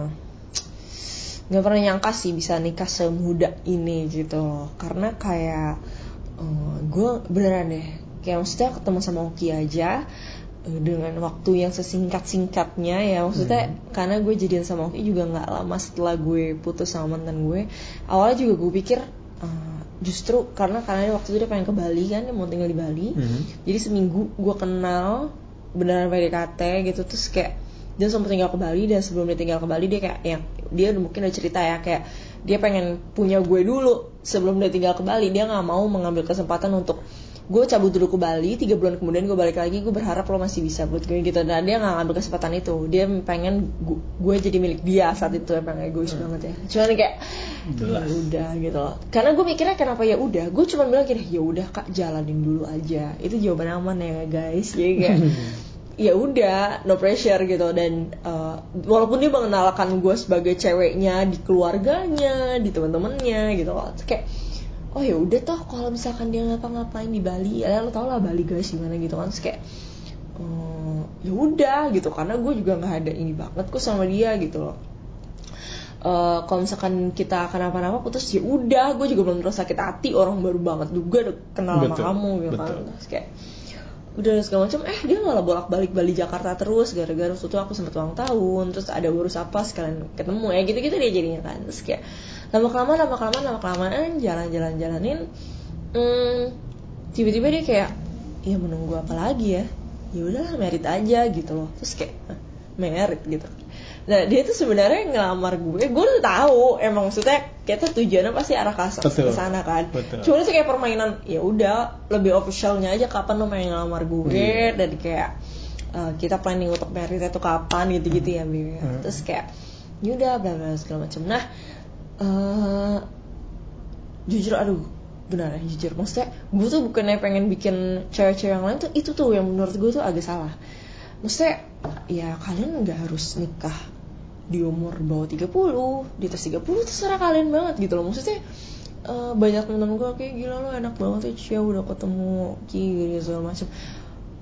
nggak pernah nyangka sih bisa nikah semuda ini gitu loh. Karena kayak uh, gue beneran deh kayak maksudnya ketemu sama Oki aja uh, dengan waktu yang sesingkat-singkatnya ya maksudnya hmm. karena gue jadian sama Oki juga nggak lama setelah gue putus sama mantan gue. Awalnya juga gue pikir uh, justru karena karena waktu itu dia pengen ke Bali kan, dia mau tinggal di Bali. hmm. Jadi seminggu gue kenal beneran P D K T gitu, terus kayak dia sempat tinggal ke Bali, dan sebelum dia tinggal ke Bali dia kayak yang dia mungkin udah cerita ya kayak dia pengen punya gue dulu sebelum dia tinggal ke Bali. Dia nggak mau mengambil kesempatan untuk gue cabut dulu ke Bali, tiga bulan kemudian gue balik lagi, gue berharap lo masih bisa buat gue gitu. Dan dia nggak ngambil kesempatan itu, dia pengen gue, gue jadi milik dia saat itu. Emang egois hmm. banget ya, cuman kayak ya udah gitu loh. Karena gue mikirnya kenapa ya udah, gue cuma bilang gini, ya udah kak jalanin dulu aja, itu jawaban aman ya guys. Jadi kayak ya udah no pressure gitu. Dan uh, walaupun dia mengenalkan gue sebagai ceweknya di keluarganya, di teman-temannya gitu loh, kayak oh ya udah toh kalau misalkan dia ngapa-ngapain di Bali ya lo tau lah Bali guys gimana gitu kan. Terus kayak uh, ya udah gitu, karena gue juga nggak ada ini banget kok sama dia gitu loh. Uh, kalau misalkan kita kenapa-napa putus ya udah, gue juga belum terus sakit hati, orang baru banget juga udah kenal betul, sama kamu gitu betul. kan. Terus kayak udah segala macam, eh dia malah bolak-balik Bali Jakarta terus gara-gara waktu itu aku sempat ulang tahun, terus ada urus apa sekalian ketemu ya gitu-gitu dia jadinya kan. Terus kayak lama kelamaan lama kelamaan lama kelamaan jalan-jalan jalanin, hmm, tiba-tiba dia kayak ya menunggu apa lagi ya, ya udahlah merit aja gitu loh. Terus kayak merit gitu. Nah dia tuh sebenarnya ngelamar gue, gue udah tahu emang maksudnya kita tujuannya pasti arah ke sana kan. Betul. Cuma itu kayak permainan, ya udah lebih officialnya aja kapan lo pengen ngelamar gue, yeah. Dan kayak uh, kita planning untuk merit itu kapan gitu-gitu ya, Bibi. Hmm. Terus kayak yaudah bla bla segala macam. Nah uh, jujur aduh benar ya jujur, maksudnya gue tuh bukannya pengen bikin cewek-cewek yang lain tuh, itu tuh yang menurut gue tuh agak salah. Maksudnya ya kalian nggak harus nikah di umur bawah tiga puluh, di atas tiga puluh terserah kalian banget gitu loh. Maksudnya uh, banyak temen gue kayak gila lo enak banget ya Cia udah ketemu Ki gitu segala macam.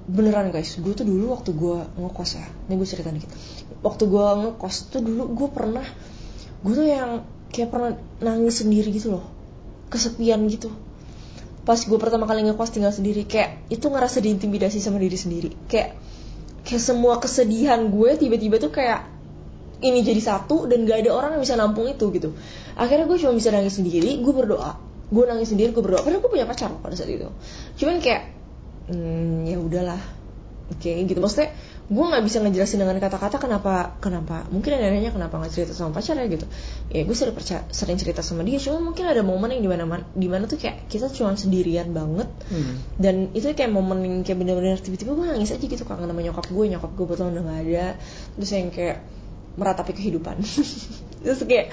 beneran guys, gue tuh dulu waktu gue ngekos ya, ini gue cerita dikit. Waktu gue ngekos tuh dulu gue pernah, gue tuh yang kayak pernah nangis sendiri gitu loh, kesepian gitu. Pas gue pertama kali ngekos tinggal sendiri, kayak itu ngerasa diintimidasi sama diri sendiri. Kayak kayak semua kesedihan gue tiba-tiba tuh kayak ini jadi satu dan gak ada orang yang bisa nampung itu gitu. Akhirnya gue cuma bisa nangis sendiri, gue berdoa, gue nangis sendiri, gue berdoa. Padahal gue punya pacar pada saat itu. Cuman kayak Hmm, ya udahlah, oke okay, gitu. Maksudnya gue nggak bisa ngejelasin dengan kata-kata kenapa kenapa. Mungkin ada nanya kenapa nggak cerita sama pacar ya gitu. Ya gue sering, percaya, sering cerita sama dia. Cuma mungkin ada momen yang dimana dimana tuh kayak kita cuma sendirian banget. Hmm. Dan itu kayak momen yang kayak benar-benar tiba-tiba gue nangis aja gitu kangen sama nyokap gue. Nyokap gue betul udah nggak ada. Terus yang kayak meratapi kehidupan. Terus kayak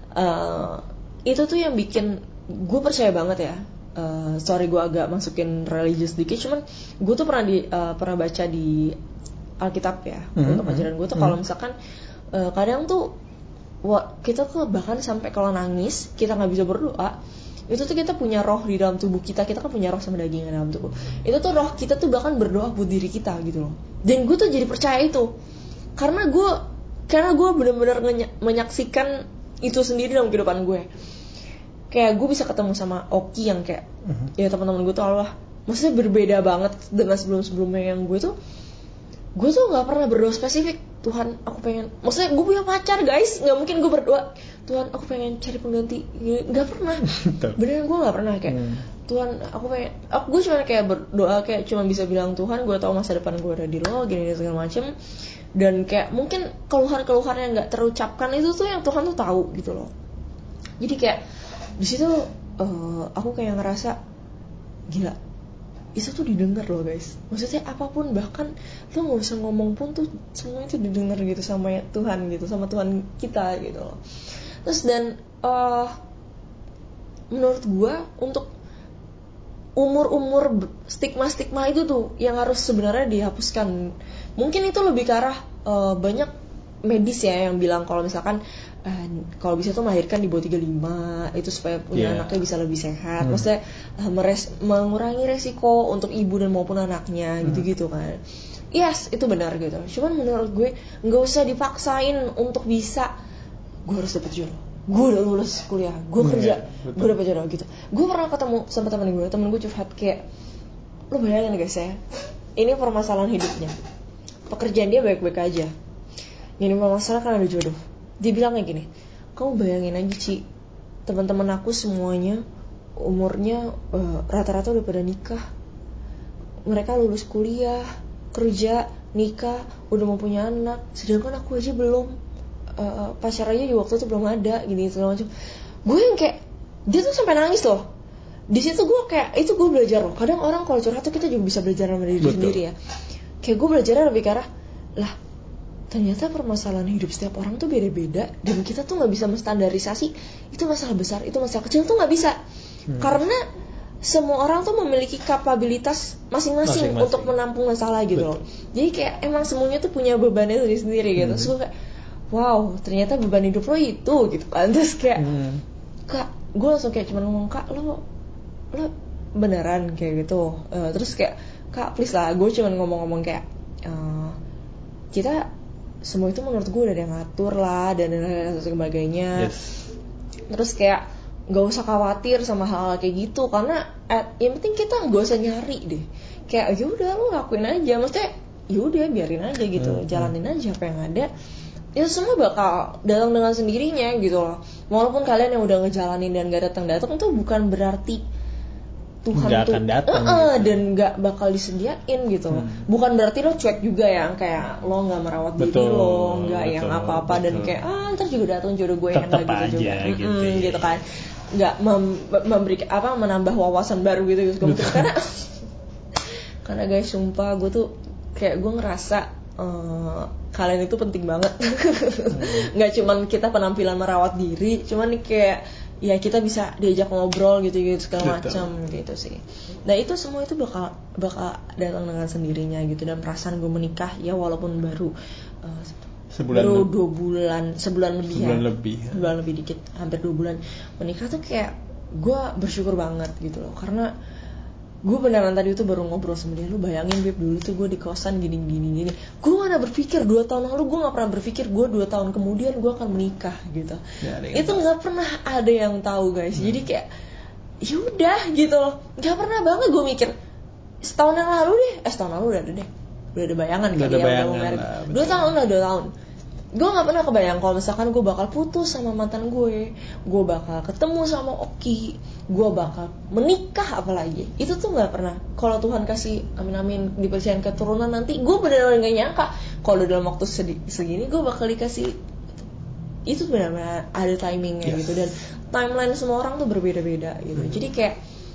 uh, itu tuh yang bikin gue percaya banget ya. Uh, sorry gue agak masukin religious dikit, cuman gue tuh pernah di uh, pernah baca di Alkitab ya, mm-hmm. untuk ajaran gue tuh mm-hmm. kalau misalkan uh, kadang tuh wah, kita tuh bahkan sampai kalau nangis kita nggak bisa berdoa, itu tuh kita punya roh di dalam tubuh kita, kita kan punya roh sama daging di dalam tubuh, itu tuh roh kita tuh bahkan berdoa buat diri kita gitu loh. Dan gue tuh jadi percaya itu karena gue karena gue benar-benar ngeny- menyaksikan itu sendiri dalam kehidupan gue. Kayak gue bisa ketemu sama Oki yang kayak uh-huh. ya teman-teman gue tuh Allah, maksudnya berbeda banget dengan sebelum-sebelumnya yang gue tuh gue tuh nggak pernah berdoa spesifik Tuhan aku pengen, maksudnya gue punya pacar guys, nggak mungkin gue berdoa Tuhan aku pengen cari pengganti, nggak pernah. Beneran gue nggak pernah kayak hmm. Tuhan aku pengen, aku gue cuma kayak berdoa kayak cuma bisa bilang Tuhan gue tahu masa depan gue ada di lo gini segala macem, dan kayak mungkin keluhan-keluhan yang nggak terucapkan itu tuh yang Tuhan tuh tahu gitu loh. Jadi kayak di situ uh, aku kayak ngerasa gila, itu tuh didengar loh guys. Maksudnya apapun, bahkan lo nggak usah ngomong pun tuh semua itu didengar gitu sama Tuhan gitu, sama Tuhan kita gitu loh. Terus dan uh, menurut gue untuk umur-umur stigma-stigma itu tuh yang harus sebenarnya dihapuskan. Mungkin itu lebih ke arah uh, banyak medis ya yang bilang kalau misalkan uh, kalau bisa tuh melahirkan di bawah tiga puluh lima itu supaya punya yeah. anaknya bisa lebih sehat. Hmm. Maksudnya uh, meres- mengurangi resiko untuk ibu dan maupun anaknya hmm. gitu-gitu kan. Yes, itu benar gitu. Cuman menurut gue nggak usah dipaksain untuk bisa gue harus dapet jodoh, gue udah lulus kuliah, gue kerja, yeah, gue dapet jodoh gitu. Gue pernah ketemu sama temen gue, temen gue curhat kayak, lu bayangin guys ya, ini permasalahan hidupnya, pekerjaan dia baik-baik aja, ini masalah kan ada jodoh. Dia bilang kayak gini, kamu bayangin aja Ci, teman-teman aku semuanya umurnya uh, rata-rata udah pada nikah, mereka lulus kuliah, kerja, nikah, udah mau punya anak, sedangkan aku aja belum, uh, pacar aja di waktu itu belum ada, gini segala macam. Gue yang kayak, dia tuh sampai nangis loh. Di situ gue kayak, itu gue belajar loh. Kadang orang kalau curhat tuh kita juga bisa belajar sama diri Betul. sendiri ya. Kayak gue belajarnya lebih ke arah, lah ternyata permasalahan hidup setiap orang tuh beda-beda, dan kita tuh nggak bisa menstandarisasi itu masalah besar, itu masalah kecil tuh nggak bisa, hmm. karena semua orang tuh memiliki kapabilitas masing-masing, masing-masing untuk menampung masalah gitu Betul. loh. Jadi kayak emang semuanya tuh punya bebannya sendiri-sendiri gitu. Hmm. Terus gue kayak, wow ternyata beban hidup lo itu gitu kan. Terus kayak hmm. kak, gue langsung kayak cuma ngomong, kak lo lo beneran kayak gitu. Uh, terus kayak, kak please lah, gue cuma ngomong-ngomong kayak uh, kita semua itu menurut gue udah ada yang ngatur lah dan dan sebagainya. Yes. Terus kayak nggak usah khawatir sama hal-hal kayak gitu, karena at, yang penting kita nggak usah nyari deh. Kayak ya udah lo lakuin aja, maksudnya ya udah biarin aja gitu, hmm. jalanin aja apa yang ada. Itu semua bakal datang dengan sendirinya gitu loh. Walaupun kalian yang udah ngejalanin dan nggak datang-datang itu bukan berarti Tuhan gak tuh datang, uh-uh, gitu. Dan gak bakal disediain gitu. hmm. Bukan berarti lo cuek juga ya, kayak lo gak merawat betul, diri lo, gak betul, yang apa-apa betul. Dan kayak ah ntar juga datang jodoh gue yang gak gitu aja, juga gitu, mm-hmm, gitu kan. Gak mem- memberi apa menambah wawasan baru gitu gitu. Karena karena guys sumpah gue tuh kayak gue ngerasa uh, kalian itu penting banget. hmm. Gak cuman kita penampilan merawat diri, cuman kayak ya kita bisa diajak ngobrol gitu-gitu segala macam gitu sih. Nah itu semua itu bakal bakal datang dengan sendirinya gitu. Dan perasaan gue menikah ya walaupun baru uh, sebulan baru le- dua bulan sebulan lebih sebulan ya lebih ya. sebulan lebih dikit, hampir dua bulan menikah tuh kayak gue bersyukur banget gitu loh, karena gue beneran tadi itu baru ngobrol sama dia, lu bayangin Beb, dulu tuh gue di kosan gini gini gini, gue mana berpikir dua tahun lalu, gue nggak pernah berpikir gue dua tahun kemudian gue akan menikah gitu. Ya, itu nggak pernah ada yang tahu guys. hmm. Jadi kayak yaudah gitu loh, nggak pernah banget gue mikir setahun yang lalu deh, eh setahun lalu udah ada deh, udah ada bayangan udah kali ada ya bayangan udah mau married. lah, Dua tahun udah dua tahun. Gue gak pernah kebayang kalau misalkan gue bakal putus sama mantan gue, gue bakal ketemu sama Oki, gue bakal menikah apalagi. Itu tuh gak pernah. Kalau Tuhan kasih amin-amin dipercayain keturunan nanti, gue benar-benar gak nyangka kalau dalam waktu segini gue bakal dikasih. Itu benar-benar ada timingnya. Yes. Gitu. Dan timeline semua orang tuh berbeda-beda gitu. hmm. Jadi kayak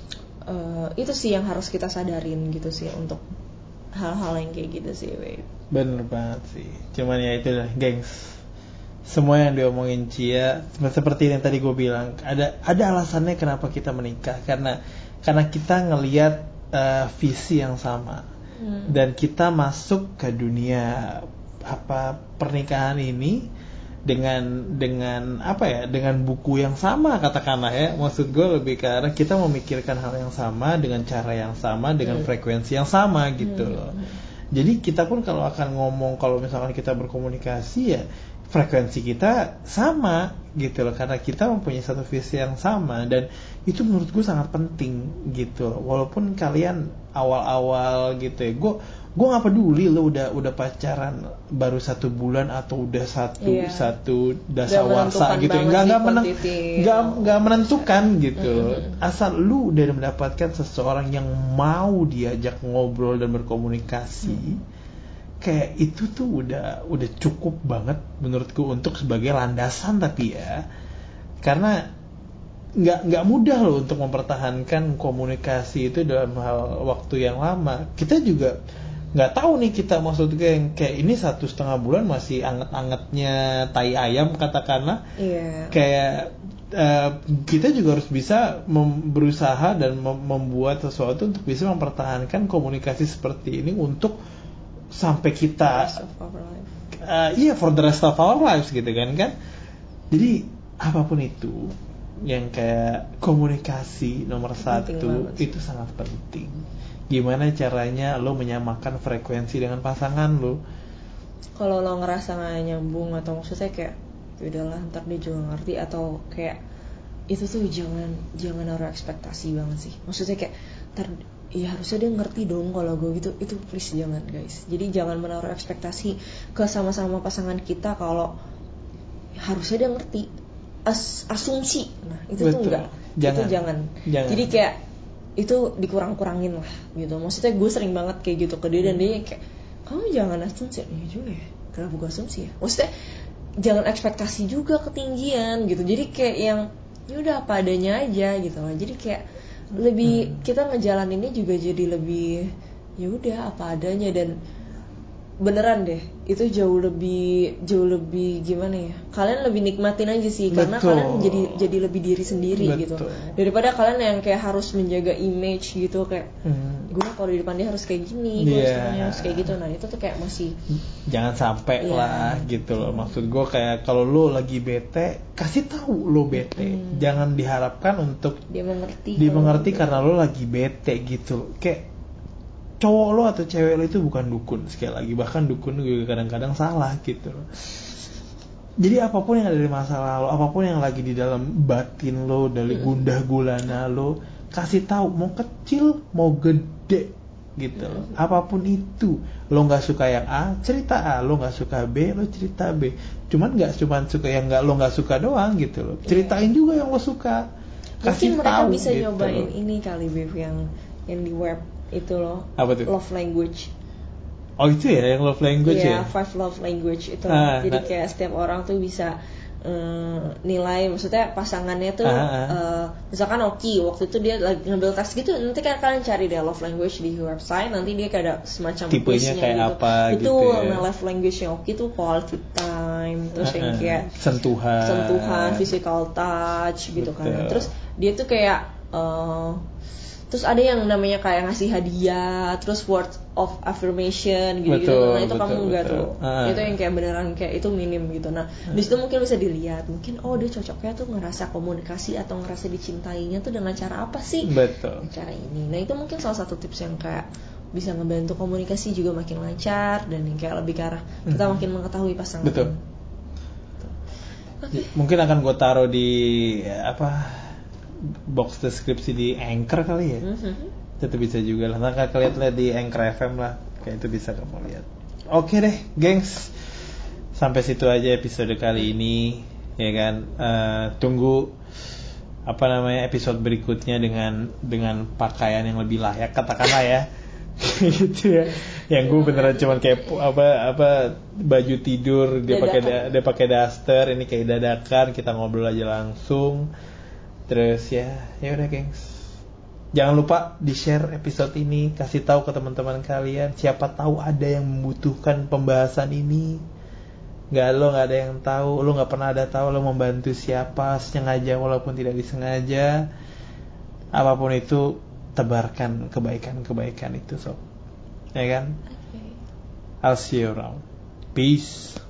uh, itu sih yang harus kita sadarin gitu sih untuk hal-hal yang kayak gitu sih, babe. Bener banget sih. Cuman ya itu lah, gengs. Semua yang diomongin Cia seperti yang tadi gue bilang, ada ada alasannya kenapa kita menikah, karena karena kita ngelihat uh, visi yang sama. hmm. Dan kita masuk ke dunia apa pernikahan ini dengan dengan apa ya, dengan buku yang sama katakanlah ya. Maksud gue lebih ke arah kita memikirkan hal yang sama dengan cara yang sama dengan hmm. frekuensi yang sama gitu loh. Jadi kita pun kalau akan ngomong, kalau misalkan kita berkomunikasi ya frekuensi kita sama gitu loh, karena kita mempunyai satu visi yang sama. Dan itu menurut gue sangat penting gitu loh. Walaupun kalian awal-awal gitu ya, gue gue nggak peduli lo udah udah pacaran baru satu bulan atau udah satu yeah. satu dasawarsa gitu, nggak nggak meneng, nggak nggak menentukan gitu. Mm-hmm. Asal lu udah mendapatkan seseorang yang mau diajak ngobrol dan berkomunikasi, mm. kayak itu tuh udah udah cukup banget menurutku untuk sebagai landasan. Tapi ya karena nggak nggak mudah loh untuk mempertahankan komunikasi itu dalam hal waktu yang lama. Kita juga nggak tahu nih, kita maksudnya yang kayak ini satu setengah bulan masih anget-angetnya tai ayam katakanlah. Yeah. Kayak uh, kita juga harus bisa mem- berusaha dan mem- membuat sesuatu untuk bisa mempertahankan komunikasi seperti ini untuk sampai kita uh, iya yeah, for the rest of our lives gitu kan kan. Jadi apapun itu yang kayak komunikasi nomor penting satu banget. Itu sangat penting. Gimana caranya lo menyamakan frekuensi dengan pasangan lo? Kalau lo ngerasa gak nyambung atau maksudnya kayak yaudahlah ntar dia juga ngerti, atau kayak itu tuh jangan jangan naruh ekspektasi banget sih. Maksudnya kayak ntar ya harusnya dia ngerti dong kalau gue gitu, itu please jangan guys. Jadi jangan menaruh ekspektasi ke sama-sama pasangan kita kalau harusnya dia ngerti. As, asumsi, nah itu betul. Tuh enggak, jangan. itu jangan. jangan. Jadi kayak itu dikurang-kurangin lah gitu. Maksudnya gue sering banget kayak gitu ke dia, dan dia kayak kamu jangan asumsi. Ya juga ya, kenapa gue asumsi ya? Maksudnya jangan ekspektasi juga ketinggian gitu. Jadi kayak yang ya udah apa adanya aja gitu lah. Jadi kayak lebih hmm. kita ngejalaninnya juga jadi lebih ya udah apa adanya. Dan beneran deh itu jauh lebih jauh lebih gimana ya, kalian lebih nikmatin aja sih. Betul. Karena kalian jadi jadi lebih diri sendiri. Betul. Gitu daripada kalian yang kayak harus menjaga image gitu kayak hmm. gue kalau di depan dia harus kayak gini, gue yeah. harus kayak gitu. Nah itu tuh kayak masih jangan sampai yeah. lah gitu loh. Maksud gue kayak kalau lo lagi bete, kasih tahu lo bete. hmm. Jangan diharapkan untuk dia mengerti dia mengerti karena lo lagi bete gitu. Kayak cowok lo atau cewek lo itu bukan dukun, sekali lagi, bahkan dukun juga kadang-kadang salah gitu loh. Jadi apapun yang ada di masa lalu, apapun yang lagi di dalam batin lo, dari gundah gulana lo, kasih tahu, mau kecil mau gede gitu loh. Apapun itu, lo nggak suka yang A, cerita A. Lo nggak suka B, lo cerita B. Cuman nggak cuma suka yang nggak lo nggak suka doang gitu loh. Ceritain juga yang lo suka. Kasih mungkin mereka tahu, bisa gitu nyobain loh. Ini kali Bev yang yang di web itu loh. Apa tuh? Love language. Oh itu ya yang love language yeah, ya? Iya, five love language itu. Ah, jadi nah. kayak setiap orang tuh bisa um, nilai, maksudnya pasangannya tuh ah, ah. Uh, misalkan Oki waktu itu dia lagi ngambil tes gitu, nanti kan kalian cari deh love language di website, nanti dia kayak ada semacam tipenya kayak gitu. apa itu, gitu ya. Nah love language yang Oki tuh quality time, terus ah, yang kayak sentuhan sentuhan, physical touch gitu. Betul. Kan. Terus dia tuh kayak Uh, Terus ada yang namanya kayak ngasih hadiah, terus word of affirmation gitu-gitu. Betul, Nah, itu betul, kamu enggak betul. tuh. Ah. Itu yang kayak beneran kayak itu minim gitu. Nah, di situ mungkin bisa dilihat, mungkin oh dia cocoknya tuh ngerasa komunikasi atau ngerasa dicintainya tuh dengan cara apa sih? Betul. Cara ini. Nah, itu mungkin salah satu tips yang kayak bisa ngebantu komunikasi juga makin lancar dan yang kayak lebih ke arah kita Mhm. makin mengetahui pasangan. Betul. Oke. Mungkin akan gue taruh di apa box deskripsi di Anchor kali ya. Mhm. Itu bisa juga lah. Nanti kalian lihat di Anchor F M lah. Kayak itu bisa kamu lihat. Oke deh, gengs. Sampai situ aja episode kali ini, ya kan. Eh, tunggu apa namanya episode berikutnya dengan dengan pakaian yang lebih layak, katakanlah ya. Gitu ya. Yang gue beneran cuman kayak apa apa baju tidur, dia pakai da- dia pakai daster, ini kayak dadakan, kita ngobrol aja langsung. Terus ya, ya udah gengs. Jangan lupa di-share episode ini, kasih tahu ke teman-teman kalian, siapa tahu ada yang membutuhkan pembahasan ini. Gak lo gak ada yang tahu, lo gak pernah ada tahu lo membantu siapa, sengaja walaupun tidak disengaja. Apapun itu, tebarkan kebaikan-kebaikan itu sob. Ya kan? Oke. I'll see you around. Peace.